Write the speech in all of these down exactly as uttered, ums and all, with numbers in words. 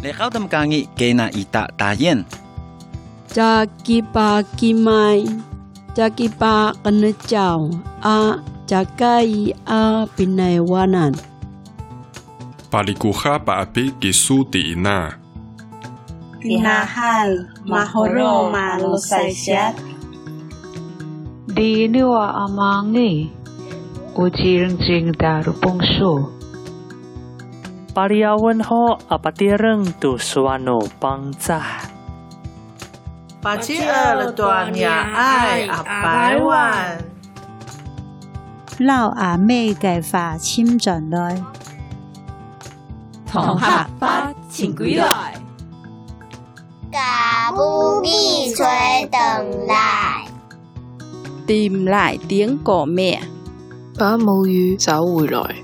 Lekau damkangi kena ita tayen. Jaki pa kimai, jaki pa kenecau a jakai a pinaiwanan. Palikuha paapi kisuti ina. Tinahan mahoro malusaysat. Di niwa amangi ujiring darupungso. Pariawan ho apatireng tu suano pangzah. Paci er tuanya ai apai wan. Lao à mê cài phà chim trần lời. Thong hạ phát请quý lại. Cả bu bi thuê tầng lại. Tìm lại tiếng của mẹ. 把母语找回来。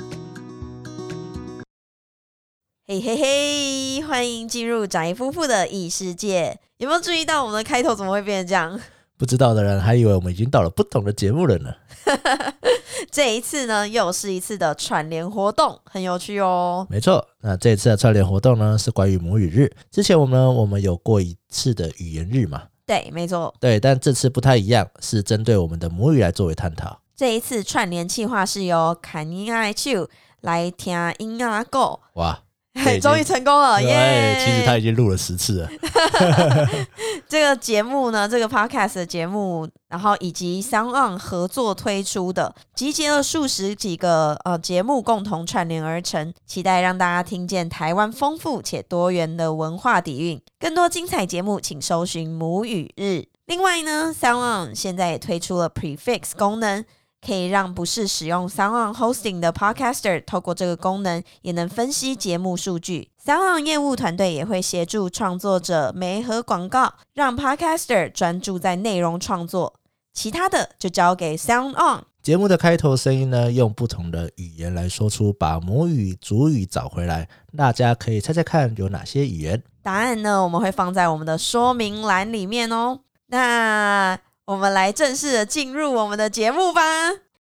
嘿嘿嘿，欢迎进入宅夫妇的异世界。有没有注意到我们的开头怎么会变成这样？ 不知道的人还以为我们已经到了不同的节目了呢。 这一次呢，又是一次的串联活动，很有趣哦。 没错，那这一次的串联活动呢，是关于母语日。之前我们呢，我们有过一次的语言日嘛？ 对，没错。 对，但这次不太一样，是针对我们的母语来作为探讨。 这一次串联企划是由看音爱手来听音啊歌。 哇！ 终于成功了耶！ Yeah! 其实他已经录了十次了。 这个节目呢，这个 podcast 的节目，然后以及 Sound On 合作推出的，集结了数十几个呃节目共同串联而成，期待让大家听见台湾丰富且多元的文化底蕴。更多精彩节目，请搜寻母语日。另外呢 ，Sound On 现在也推出了 Prefix 功能。可以让不是使用 Sound On Hosting 的 Podcaster 透过这个功能也能分析节目数据。Sound On 业务团队也会协助创作者媒合广告，让 Podcaster 专注在内容创作，其他的就交给 Sound On。 节目的开头声音呢，用不同的语言来说出把母语、族语找回来，大家可以猜猜看有哪些语言？ 答案呢，我们会放在我们的说明栏里面哦。那我们来正式的进入我们的节目吧。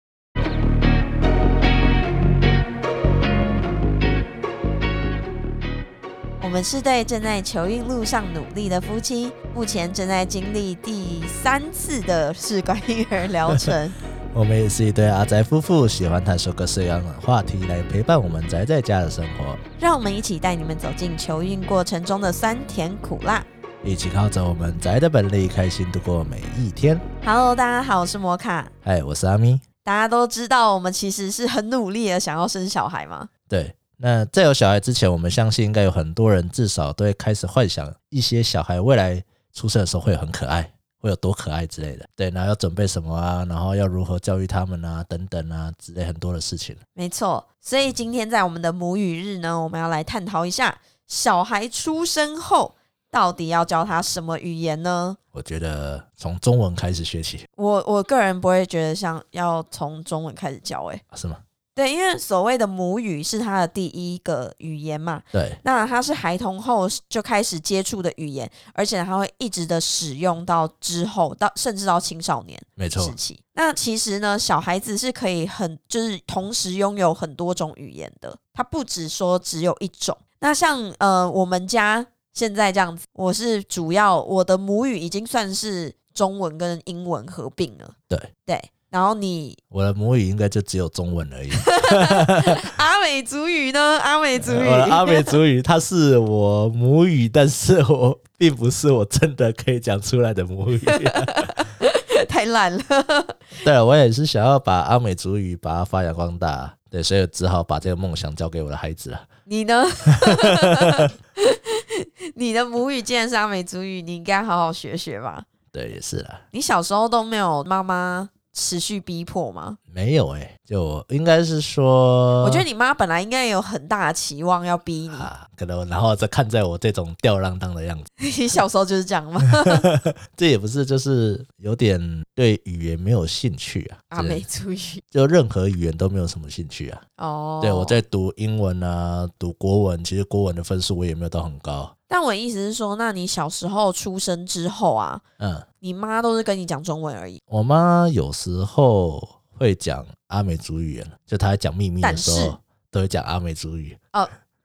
我们是对正在求孕路上努力的夫妻，目前正在经历第三次的试管婴儿疗程。 我们也是一对阿宅夫妇，喜欢探索各式各样的话题来陪伴我们宅在家的生活。 让我们一起带你们走进求孕过程中的酸甜苦辣， 一起靠着我们宅的本领，开心度过每一天。 Hello， 大家好，我是摩卡。 嗨，我是阿咪。 大家都知道，我们其实是很努力的想要生小孩嘛。 对，那在有小孩之前，我们相信应该有很多人至少都会开始幻想一些小孩未来出生的时候会很可爱，会有多可爱之类的。对，然后要准备什么啊，然后要如何教育他们啊，等等啊之类很多的事情。 没错，所以今天在我们的母语日呢，我们要来探讨一下小孩出生后到底要教他什么语言呢？ 我觉得从中文开始学起。 我我个人不会觉得像要从中文开始教欸。 啊，是吗？ 对，因为所谓的母语是他的第一个语言嘛， 对， 那他是孩童后就开始接触的语言，而且他会一直的使用到之后，到甚至到青少年时期。那其实呢，小孩子是可以很就是同时拥有很多种语言的，他不只说只有一种。那像呃我们家现在这样子，我是主要我的母语已经算是中文跟英文合并了， 对对。然后你我的母语应该就只有中文而已。 阿美族语呢？阿美族语， 我的阿美族语它是我母语，但是我并不是我真的可以讲出来的母语。 太烂了。 对，我也是想要把阿美族语把它发扬光大，对，所以只好把这个梦想交给我的孩子了。 你呢？你的母语既然是阿美族语，你应该好好学学吧。 对，也是啦。 你小时候都没有妈妈持续逼迫吗？ 没有欸，就应该是说， 我觉得你妈本来应该有很大的期望要逼你， 啊，可能然后再看在我这种吊儿郎当的样子。 你小时候就是这样吗？ 这也不是，就是有点对语言没有兴趣啊。 阿美族语就任何语言都没有什么兴趣啊。 哦， 对，我在读英文啊，读国文，其实国文的分数我也没有到很高。 但我的意思是说，那你小时候出生之后啊，嗯，你妈都是跟你讲中文而已。 我妈有时候会讲阿美族语言，就她在讲秘密的时候都会讲阿美族语。 哦，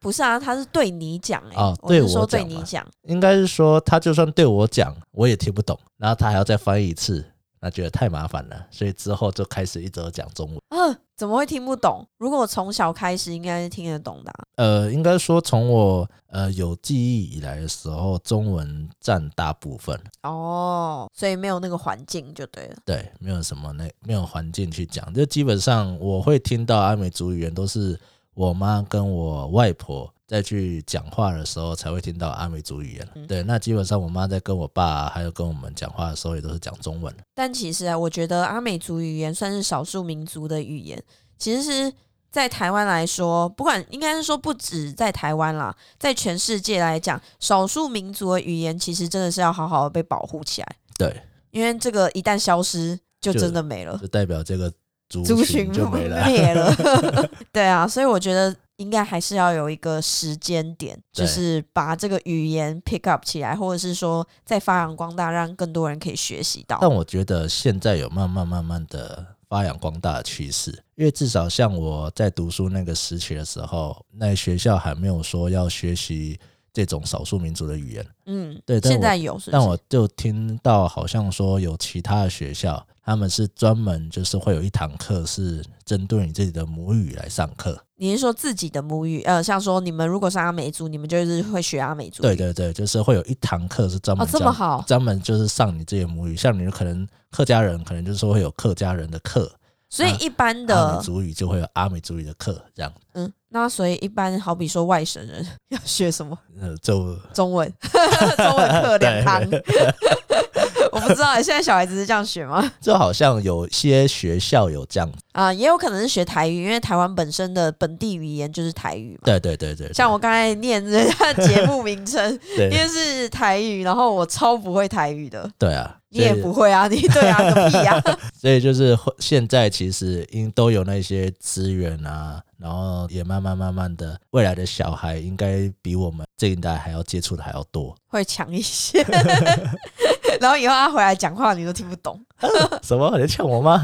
不是啊，他是对你讲哎、欸哦， 我是说对你讲， 应该是说他就算对我讲，我也听不懂，然后他还要再翻译一次，那觉得太麻烦了，所以之后就开始一直讲中文。 呃，怎么会听不懂？如果我从小开始，应该是听得懂的、啊。 呃，应该说从我呃有记忆以来的时候，中文占大部分。 哦，所以没有那个环境就对了。 对，没有什么那没有环境去讲，就基本上我会听到阿美族语言都是我妈跟我外婆再去讲话的时候才会听到阿美族语言、嗯、对，那基本上我妈在跟我爸还有跟我们讲话的时候也都是讲中文。 但其实啊，我觉得阿美族语言算是少数民族的语言，其实是在台湾来说，不管应该是说不止在台湾啦，在全世界来讲，少数民族的语言其实真的是要好好的被保护起来。 对， 因为这个一旦消失就真的没了， 就, 就代表这个族群就没了灭了对啊，所以我觉得应该还是要有一个时间点，就是把这个语言 pick up 起来，或者是说再发扬光大，让更多人可以学习到。 但我觉得现在有慢慢慢慢的发扬光大的趋势，因为至少像我在读书那个时期的时候，那学校还没有说要学习这种少数民族的语言。 嗯， 对， 现在有是不是？ 但我就听到好像说有其他的学校，他们是专门就是会有一堂课是针对你自己的母语来上课。 你是说自己的母语？呃，像说你们如果是阿美族，你们就是会学阿美族语。 对对对，就是会有一堂课是专门、 哦、这么好， 专门就是上你自己的母语。像你可能客家人，可能就是说会有客家人的课。 所以一般的阿美族语就会有阿美族语的课，这样。 嗯，那所以一般好比说外省人要学什么？ 呃，就中文，中文课两堂。我不知道，现在小孩子是这样学吗？ 就好像有些学校有这样啊、呃，也有可能是学台语，因为台湾本身的本地语言就是台语嘛。 对对对 对, 对， 像我刚才念人家的节目名称，因为是台语，然后我超不会台语的。 对啊， 你也不会啊？你对啊，个屁啊！ 所以就是现在其实因都有那些资源啊，然后也慢慢慢慢的，未来的小孩应该比我们这一代还要接触的还要多， 会强一些。然后以后他回来讲话，你都听不懂。 什么？你在呛我吗？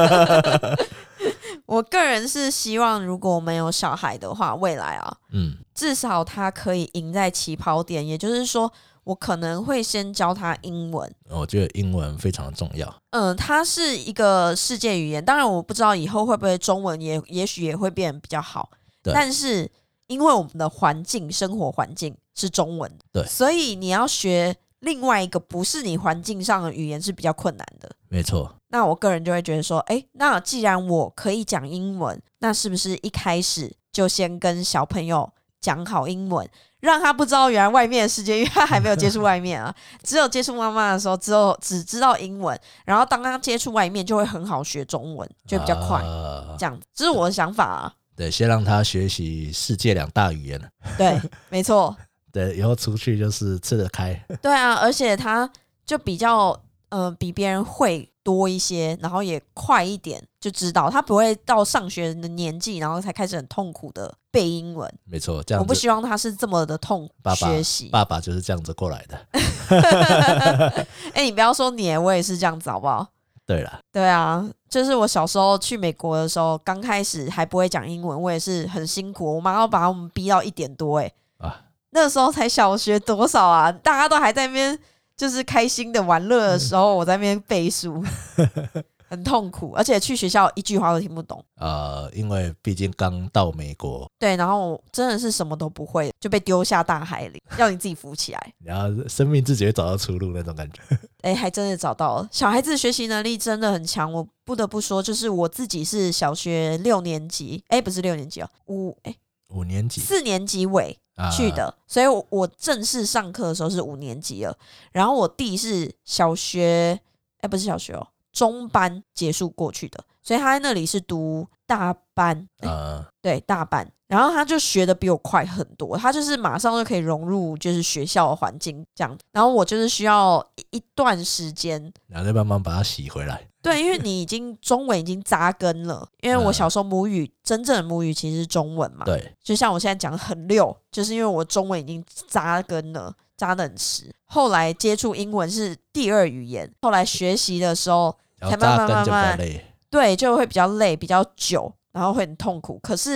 我个人是希望，如果我们有小孩的话，未来啊，嗯，至少他可以赢在起跑点，也就是说，我可能会先教他英文。 我觉得英文非常的重要。 嗯，它是一个世界语言，当然我不知道以后会不会中文也也许也会变得比较好，但是因为我们的环境，生活环境是中文， 对， 所以你要学另外一个不是你环境上的语言是比较困难的。 没错。 那我个人就会觉得说，哎，那既然我可以讲英文，那是不是一开始就先跟小朋友讲好英文，让他不知道原来外面的世界，因为他还没有接触外面啊，只有接触妈妈的时候，只有只知道英文，然后当他接触外面，就会很好学中文，就会比较快。呃、这样子，这是我的想法啊。 对，先让他学习世界两大语言。 对，没错。 对，以后出去就是吃得开。 对啊，而且他就比较呃比别人会多一些，然后也快一点，就知道他不会到上学的年纪，然后才开始很痛苦的背英文。 没错，这样子我不希望他是这么的痛爸爸学习。 爸爸就是这样子过来的。 哎、欸，你不要说你，我也是这样子，好不好？ 对啦， 对啊，就是我小时候去美国的时候，刚开始还不会讲英文，我也是很辛苦，我妈要把我们逼到一点多、欸，哎、啊，那时候才小学多少啊？大家都还在那边就是开心的玩乐的时候，我在那边背书，很痛苦，而且去学校一句话都听不懂。 呃，因为毕竟刚到美国， 对，然后我真的是什么都不会，就被丢下大海里，要你自己浮起来， 然后生命自己会找到出路那种感觉。 哎，还真的找到了。小孩子学习能力真的很强，我不得不说，就是我自己是小学六年级，哎，不是六年级哦，五哎五年级， 四年级尾去的，啊、所以我我正式上课的时候是五年级了。然后我弟是小学，哎，不是小学哦，中班结束过去的，所以他在那里是读大班，啊、对，大班。然后他就学的比我快很多，他就是马上就可以融入就是学校的环境这样。然后我就是需要一段时间， 然后再慢慢把它洗回来。 对，因为你已经中文已经扎根了，因为我小时候母语、嗯、真正的母语其实是中文嘛。 对， 就像我现在讲的很溜，就是因为我中文已经扎根了，扎得很实。后来接触英文是第二语言，后来学习的时候才慢慢慢慢，对，就会比较累，比较久，然后会很痛苦。可是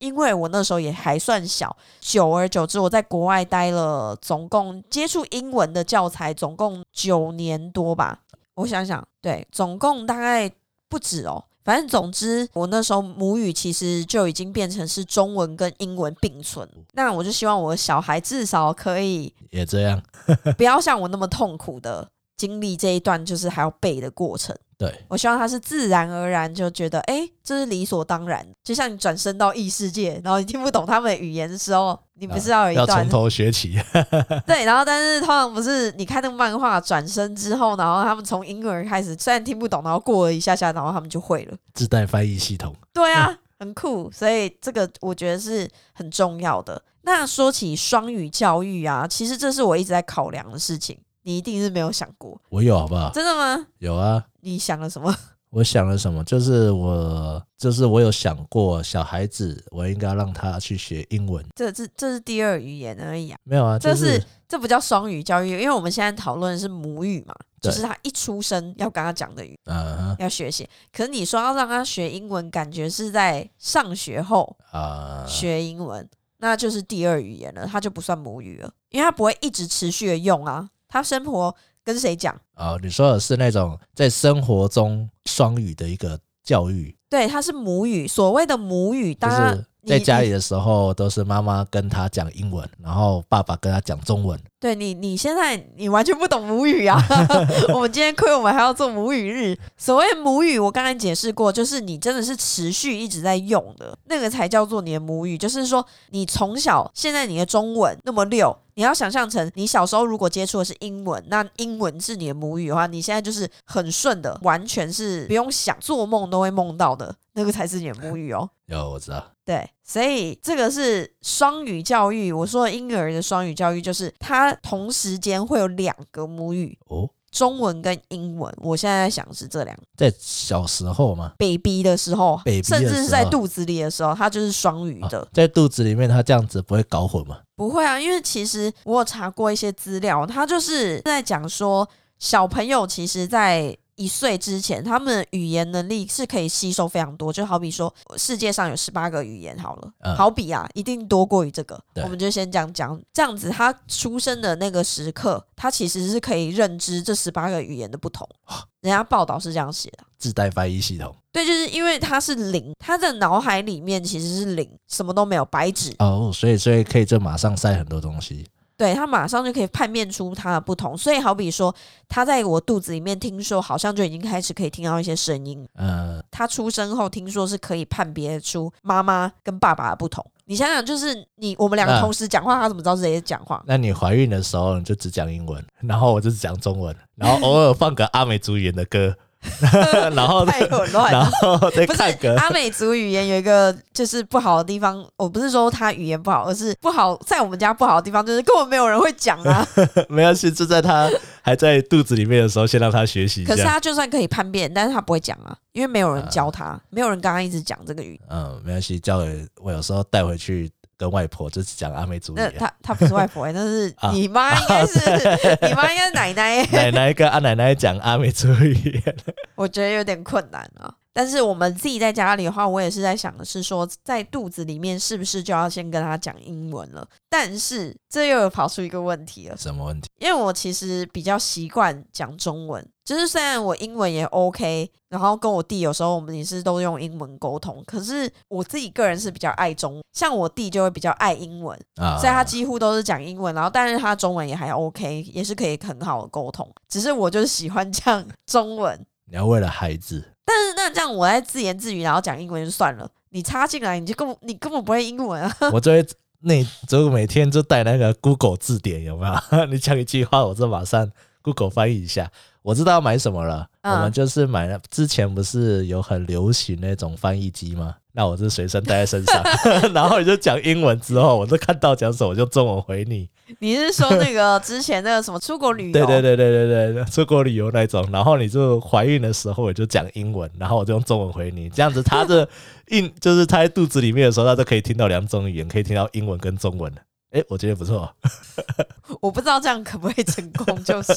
因为我那时候也还算小，久而久之我在国外待了总共接触英文的教材总共九年多吧，我想想，对，总共大概不止哦。反正总之我那时候母语其实就已经变成是中文跟英文并存，那我就希望我的小孩至少可以也这样不要像我那么痛苦的经历这一段就是还要背的过程。 对， 我希望他是自然而然就觉得哎，这是理所当然，就像你转身到异世界然后你听不懂他们的语言的时候，你不是要有一段、 啊、要从头学起对，然后但是通常不是你看那个漫画转身之后，然后他们从婴儿开始虽然听不懂，然后过了一下下然后他们就会了， 自带翻译系统。 对啊很酷，所以这个我觉得是很重要的。那说起双语教育啊，其实这是我一直在考量的事情，你一定是没有想过。 我有好不好？ 真的吗？ 有啊。 你想了什么？ 我想了什么，就是我就是我有想过小孩子我应该让他去学英文， 这这这是第二语言而已啊。 没有啊， 这是是这不叫双语教育，因为我们现在讨论的是母语嘛，就是他一出生要跟他讲的语、uh-huh. 要学习。可是你说要让他学英文，感觉是在上学后、uh-huh. 学英文，那就是第二语言了，他就不算母语了，因为他不会一直持续的用啊，他生活跟谁讲？ 哦，你说的是那种在生活中双语的一个教育。 对，它是母语。所谓的母语，当然、 就是、在家里的时候都是妈妈跟他讲英文，然后爸爸跟他讲中文。 对你，你现在你完全不懂母语啊！我们今天亏我们还要做母语日。所谓母语，我刚才解释过，就是你真的是持续一直在用的，那个才叫做你的母语。就是说，你从小现在你的中文那么溜，你要想象成你小时候如果接触的是英文，那英文是你的母语的话，你现在就是很顺的，完全是不用想，做梦都会梦到的，那个才是你的母语哦。 有，我知道。 对，所以这个是双语教育。我说的婴儿的双语教育，就是他同时间会有两个母语哦， 中文跟英文。我现在在想是这两个， 在小时候吗 ？baby 的时候， baby 甚至是在肚子里的时候，他就是双语的、 哦。在肚子里面，他这样子不会搞混吗？ 不会啊，因为其实我有查过一些资料，他就是在讲说，小朋友其实在一岁之前，他们的语言能力是可以吸收非常多，就好比说世界上有十八个语言好了、嗯、好比啊一定多过于这个，我们就先这样讲，这样子他出生的那个时刻，他其实是可以认知这十八个语言的不同，人家报道是这样写的， 自带翻译系统。 对，就是因为他是零，他的脑海里面其实是零，什么都没有，白纸哦，所以所以可以就马上塞很多东西。 对，他马上就可以判辨出它的不同，所以好比说他在我肚子里面听说好像就已经开始可以听到一些声音，嗯，他出生后听说是可以判别出妈妈跟爸爸的不同。你想想，就是你我们两个同时讲话，他怎么知道是谁在讲话？ 那你怀孕的时候你就只讲英文，然后我就只讲中文，然后偶尔放个阿美族语言的歌然后太混乱了， 然后再看个阿美族语言有一个就是不好的地方，我不是说他语言不好，而是不好在我们家不好的地方就是根本没有人会讲啊没关系，就在他还在肚子里面的时候先让他学习一下。 可是他就算可以判辨，但是他不会讲啊，因为没有人教他、啊、没有人刚刚一直讲这个语言。 嗯，没关系，教给我有时候带回去跟外婆就是讲阿美族语言。 他他不是外婆、欸、那是你妈，应该是、啊、你妈应该是奶奶、欸、 奶奶跟阿奶奶讲阿美族语言我觉得有点困难啊。但是我们自己在家里的话，我也是在想的是说，在肚子里面是不是就要先跟他讲英文了？但是这又有跑出一个问题了。 什么问题？ 因为我其实比较习惯讲中文，就是虽然我英文也 OK， 然后跟我弟有时候我们也是都用英文沟通，可是我自己个人是比较爱中文，像我弟就会比较爱英文、啊、所以他几乎都是讲英文，然后但是他中文也还 OK， 也是可以很好的沟通，只是我就是喜欢讲中文。 你要为了孩子， 但是那这样我在自言自语然后讲英文就算了，你插进来你就根本你根本不会英文啊我就会那就每天就带那个 Google 字典，有没有你讲一句话我就马上 Google 翻译一下，我知道要买什么了、嗯、我们就是买了，之前不是有很流行那种翻译机吗？那我就随身带在身上然后你就讲英文之后，我就看到讲什么我就中文回你。 你是说那个之前那个什么出国旅游？ 对对对对对对，出国旅游那种，然后你就怀孕的时候我就讲英文，然后我就用中文回你，这样子他的印就是他在肚子里面的时候他就可以听到两种语言，可以听到英文跟中文。哎，我觉得不错我不知道这样可不可以成功就是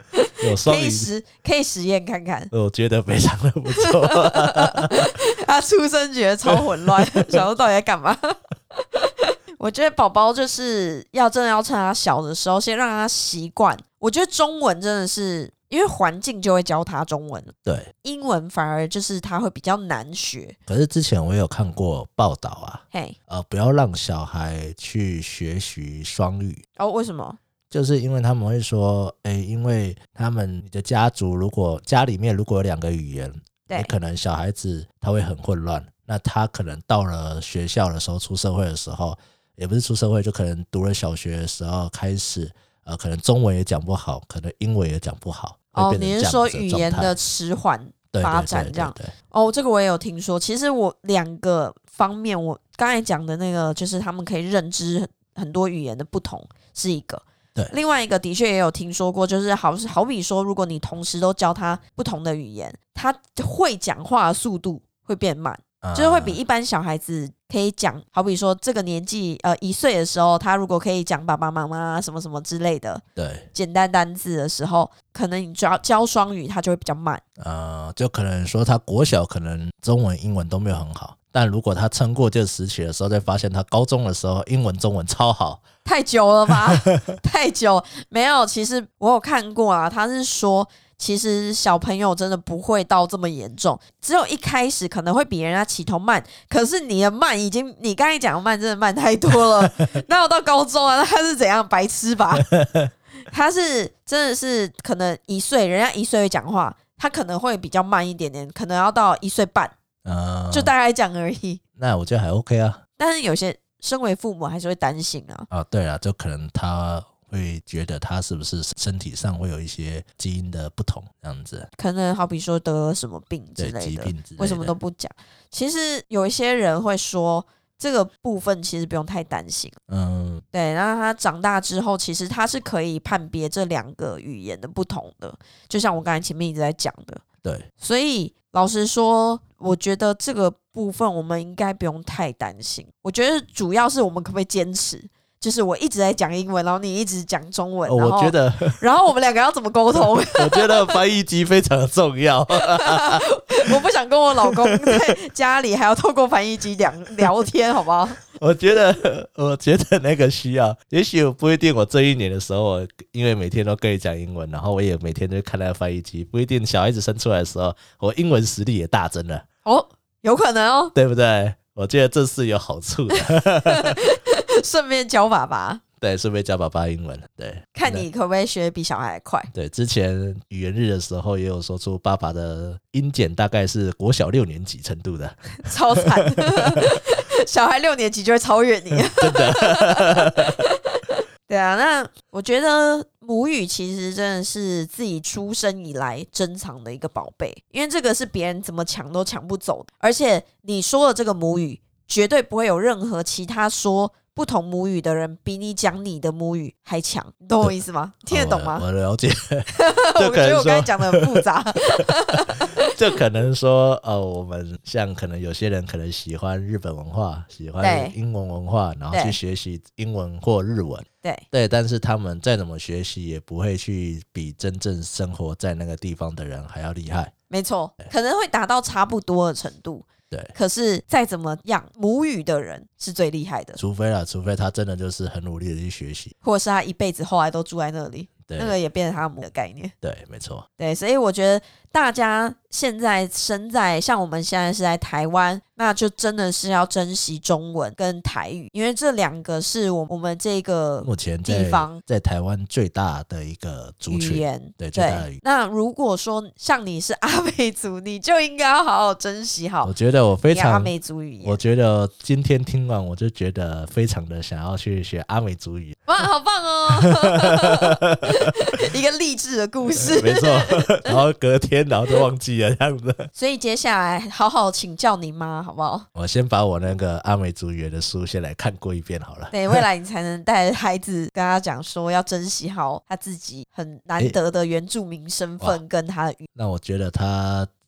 有双语可以实可以实验看看。 我觉得非常的不错。 他出生觉得超混乱，想说到底在干嘛？我觉得宝宝就是要真的要趁他小的时候，先让他习惯。我觉得中文真的是因为环境就会教他中文， 对， 英文反而就是他会比较难学。 可是之前我有看过报道啊， 嘿， 呃，不要让小孩去学习双语。 哦，为什么？ 就是因为他们会说，哎，因为他们你的家族如果家里面如果有两个语言，你可能小孩子他会很混乱。那他可能到了学校的时候，出社会的时候，也不是出社会，就可能读了小学的时候开始，呃，可能中文也讲不好，可能英文也讲不好。 哦，你是说语言的迟缓发展这样？ 对对对对对。 哦，这个我也有听说。其实我两个方面，我刚才讲的那个，就是他们可以认知很多语言的不同是一个。 对， 另外一个的确也有听说过，就是好好比说，如果你同时都教他不同的语言，他会讲话的速度会变慢。就是会比一般小孩子可以讲，好比说这个年纪呃一岁的时候，他如果可以讲爸爸妈妈什么什么之类的， 对， 简单单字的时候，可能你教教双语，他就会比较慢。 呃，就可能说他国小可能中文、英文都没有很好，但如果他撑过这个时期的时候，再发现他高中的时候英文、中文超好。 太久了吧？太久没有。其实我有看过啊，他是说。其实小朋友真的不会到这么严重，只有一开始可能会比人家起头慢，可是你的慢已经，你刚才讲的慢真的慢太多了。哪有到高中啊？他是怎样白痴吧？他是真的是可能一岁，人家一岁会讲话，他可能会比较慢一点点，可能要到一岁半， 呃、 就大概讲而已。 那我觉得还 OK 啊。 但是有些身为父母还是会担心啊。 啊，对了，就可能他。会觉得他是不是身体上会有一些基因的不同这样子， 可能好比说得了什么病之类的， 疾病之类的， 为什么都不讲？其实有一些人会说这个部分其实不用太担心，嗯，对。然后他长大之后，其实他是可以判别这两个语言的不同的，就像我刚才前面一直在讲的， 对。 所以老实说，我觉得这个部分我们应该不用太担心。我觉得主要是我们可不可以坚持？就是我一直在讲英文，然后你一直讲中文， 哦、我觉得， 然后我们两个要怎么沟通？ 我觉得翻译机非常的重要。 我不想跟我老公在家里还要透过翻译机聊聊天，好不好？ 我觉得，我觉得那个需要，也许我不一定。我这一年的时候，我因为每天都跟你讲英文，然后我也每天都看那个翻译机，不一定小孩子生出来的时候，我英文实力也大增了。 哦，有可能哦， 对不对？我觉得这是有好处的。 顺便教爸爸， 对，顺便教爸爸英文，对， 看你可不可以学比小孩还快。 对，之前语言日的时候也有说出爸爸的英检大概是国小六年级程度的， 超惨。小孩六年级就会超越你， 真的。 对啊，那我觉得母语其实真的是自己出生以来珍藏的一个宝贝，因为这个是别人怎么抢都抢不走的，而且你说的这个母语绝对不会有任何其他说不同母语的人比你讲你的母语还强，你懂我意思吗？听得懂吗？ 我, 我了解。 我觉得我刚才讲的很复杂。 就可能说，呃，我们像可能有些人可能喜欢日本文化，喜欢英文文化，然后去学习英文或日文， 对对，但是他们再怎么学习，也不会去比真正生活在那个地方的人还要厉害。 没错，可能会达到差不多的程度。 对， 可是再怎么样，母语的人是最厉害的， 除非啦，除非他真的就是很努力的去学习， 或者是他一辈子后来都住在那里，那个也变成他母的概念。 对，没错。 对，所以我觉得大家现在身在像我们现在是在台湾，那就真的是要珍惜中文跟台语，因为这两个是我们这个目前地方在台湾最大的一个族群语言， 对，最大的语言。 那如果说像你是阿美族，你就应该要好好珍惜好。 我觉得我非常阿美族语言， 我觉得今天听完我就觉得非常的想要去学阿美族语。 哇，好棒哦！一个励志的故事， 没错。然后隔天，然后就忘记了这样子。 所以接下来好好请教你妈，好不好？ 我先把我那个阿美族语的书先来看过一遍好了。 对，未来你才能带着孩子跟他讲说，要珍惜好他自己很难得的原住民身份跟他的语。 那我觉得他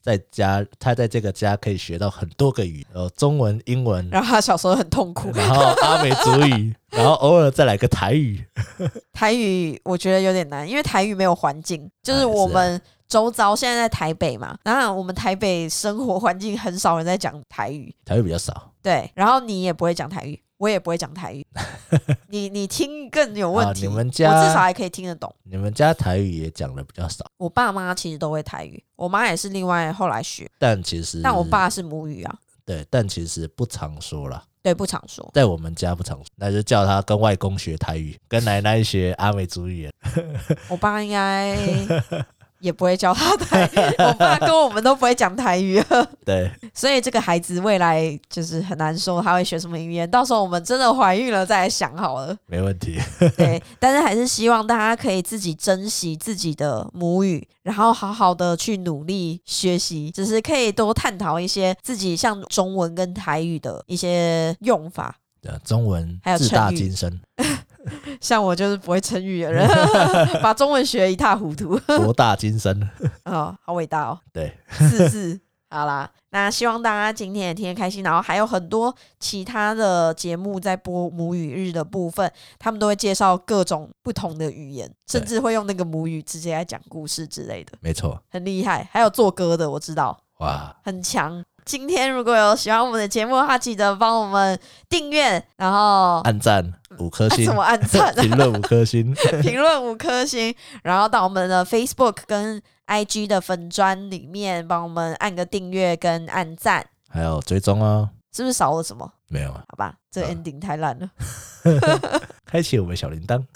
在家他在这个家可以学到很多个语，有中文、英文， 然后他小时候很痛苦， 然后阿美族语，然后偶尔再来个台语。 台语我觉得有点难，因为台语没有环境，就是我们周遭现在在台北嘛，然后我们台北生活环境很少人在讲台语， 台语比较少， 对，然后你也不会讲台语，我也不会讲台语，你你听更有问题、 啊、你们家我至少还可以听得懂。 你们家台语也讲的比较少， 我爸妈其实都会台语，我妈也是另外后来学， 但其实但我爸是母语啊， 对，但其实不常说啦， 对，不常说， 在我们家不常说，那就叫他跟外公学台语，跟奶奶学阿美族语言。 我爸应该也不会教他台语，我爸跟我们都不会讲台语对， 所以这个孩子未来就是很难说他会学什么语言，到时候我们真的怀孕了再来想好了。 没问题。 对，但是还是希望大家可以自己珍惜自己的母语，然后好好的去努力学习，只是可以多探讨一些自己像中文跟台语的一些用法。 对，中文还有自大精深。 像我就是不会成语的人，把中文学一塌糊涂。 博大精深。 哦，好伟大哦。 对， 是是。好啦，那希望大家今天也听得开心，然后还有很多其他的节目在播母语日的部分，他们都会介绍各种不同的语言，甚至会用那个母语直接来讲故事之类的。 没错， 很厉害。还有做歌的我知道， 哇， 很强。今天如果有喜欢我们的节目的话，记得帮我们订阅，然后按赞五颗星， 怎么按赞、啊？ 评论五颗星， 评论五颗星，然后到我们的 Facebook 跟 I G 的粉专里面帮我们按个订阅跟按赞， 还有追踪哦。 是不是少了什么？ 没有啊， 好吧，这个 ending 太烂了。 开启我们小铃铛。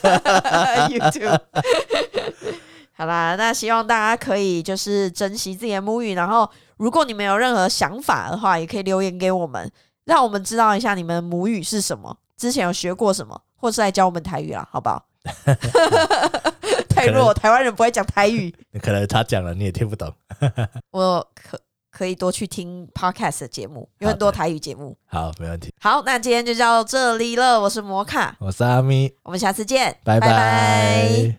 YouTube。好啦，那希望大家可以就是珍惜自己的母语，然后如果你们有任何想法的话，也可以留言给我们，让我们知道一下你们母语是什么，之前有学过什么，或是来教我们台语啦，好不好？太弱，台湾人不会讲台语。 可能他讲了你也听不懂。 我可可以多去听 podcast 的节目，有很多台语节目。 好，没问题。 好，那今天就到这里了。我是摩卡， 我是阿咪， 我们下次见， 拜拜。 拜拜。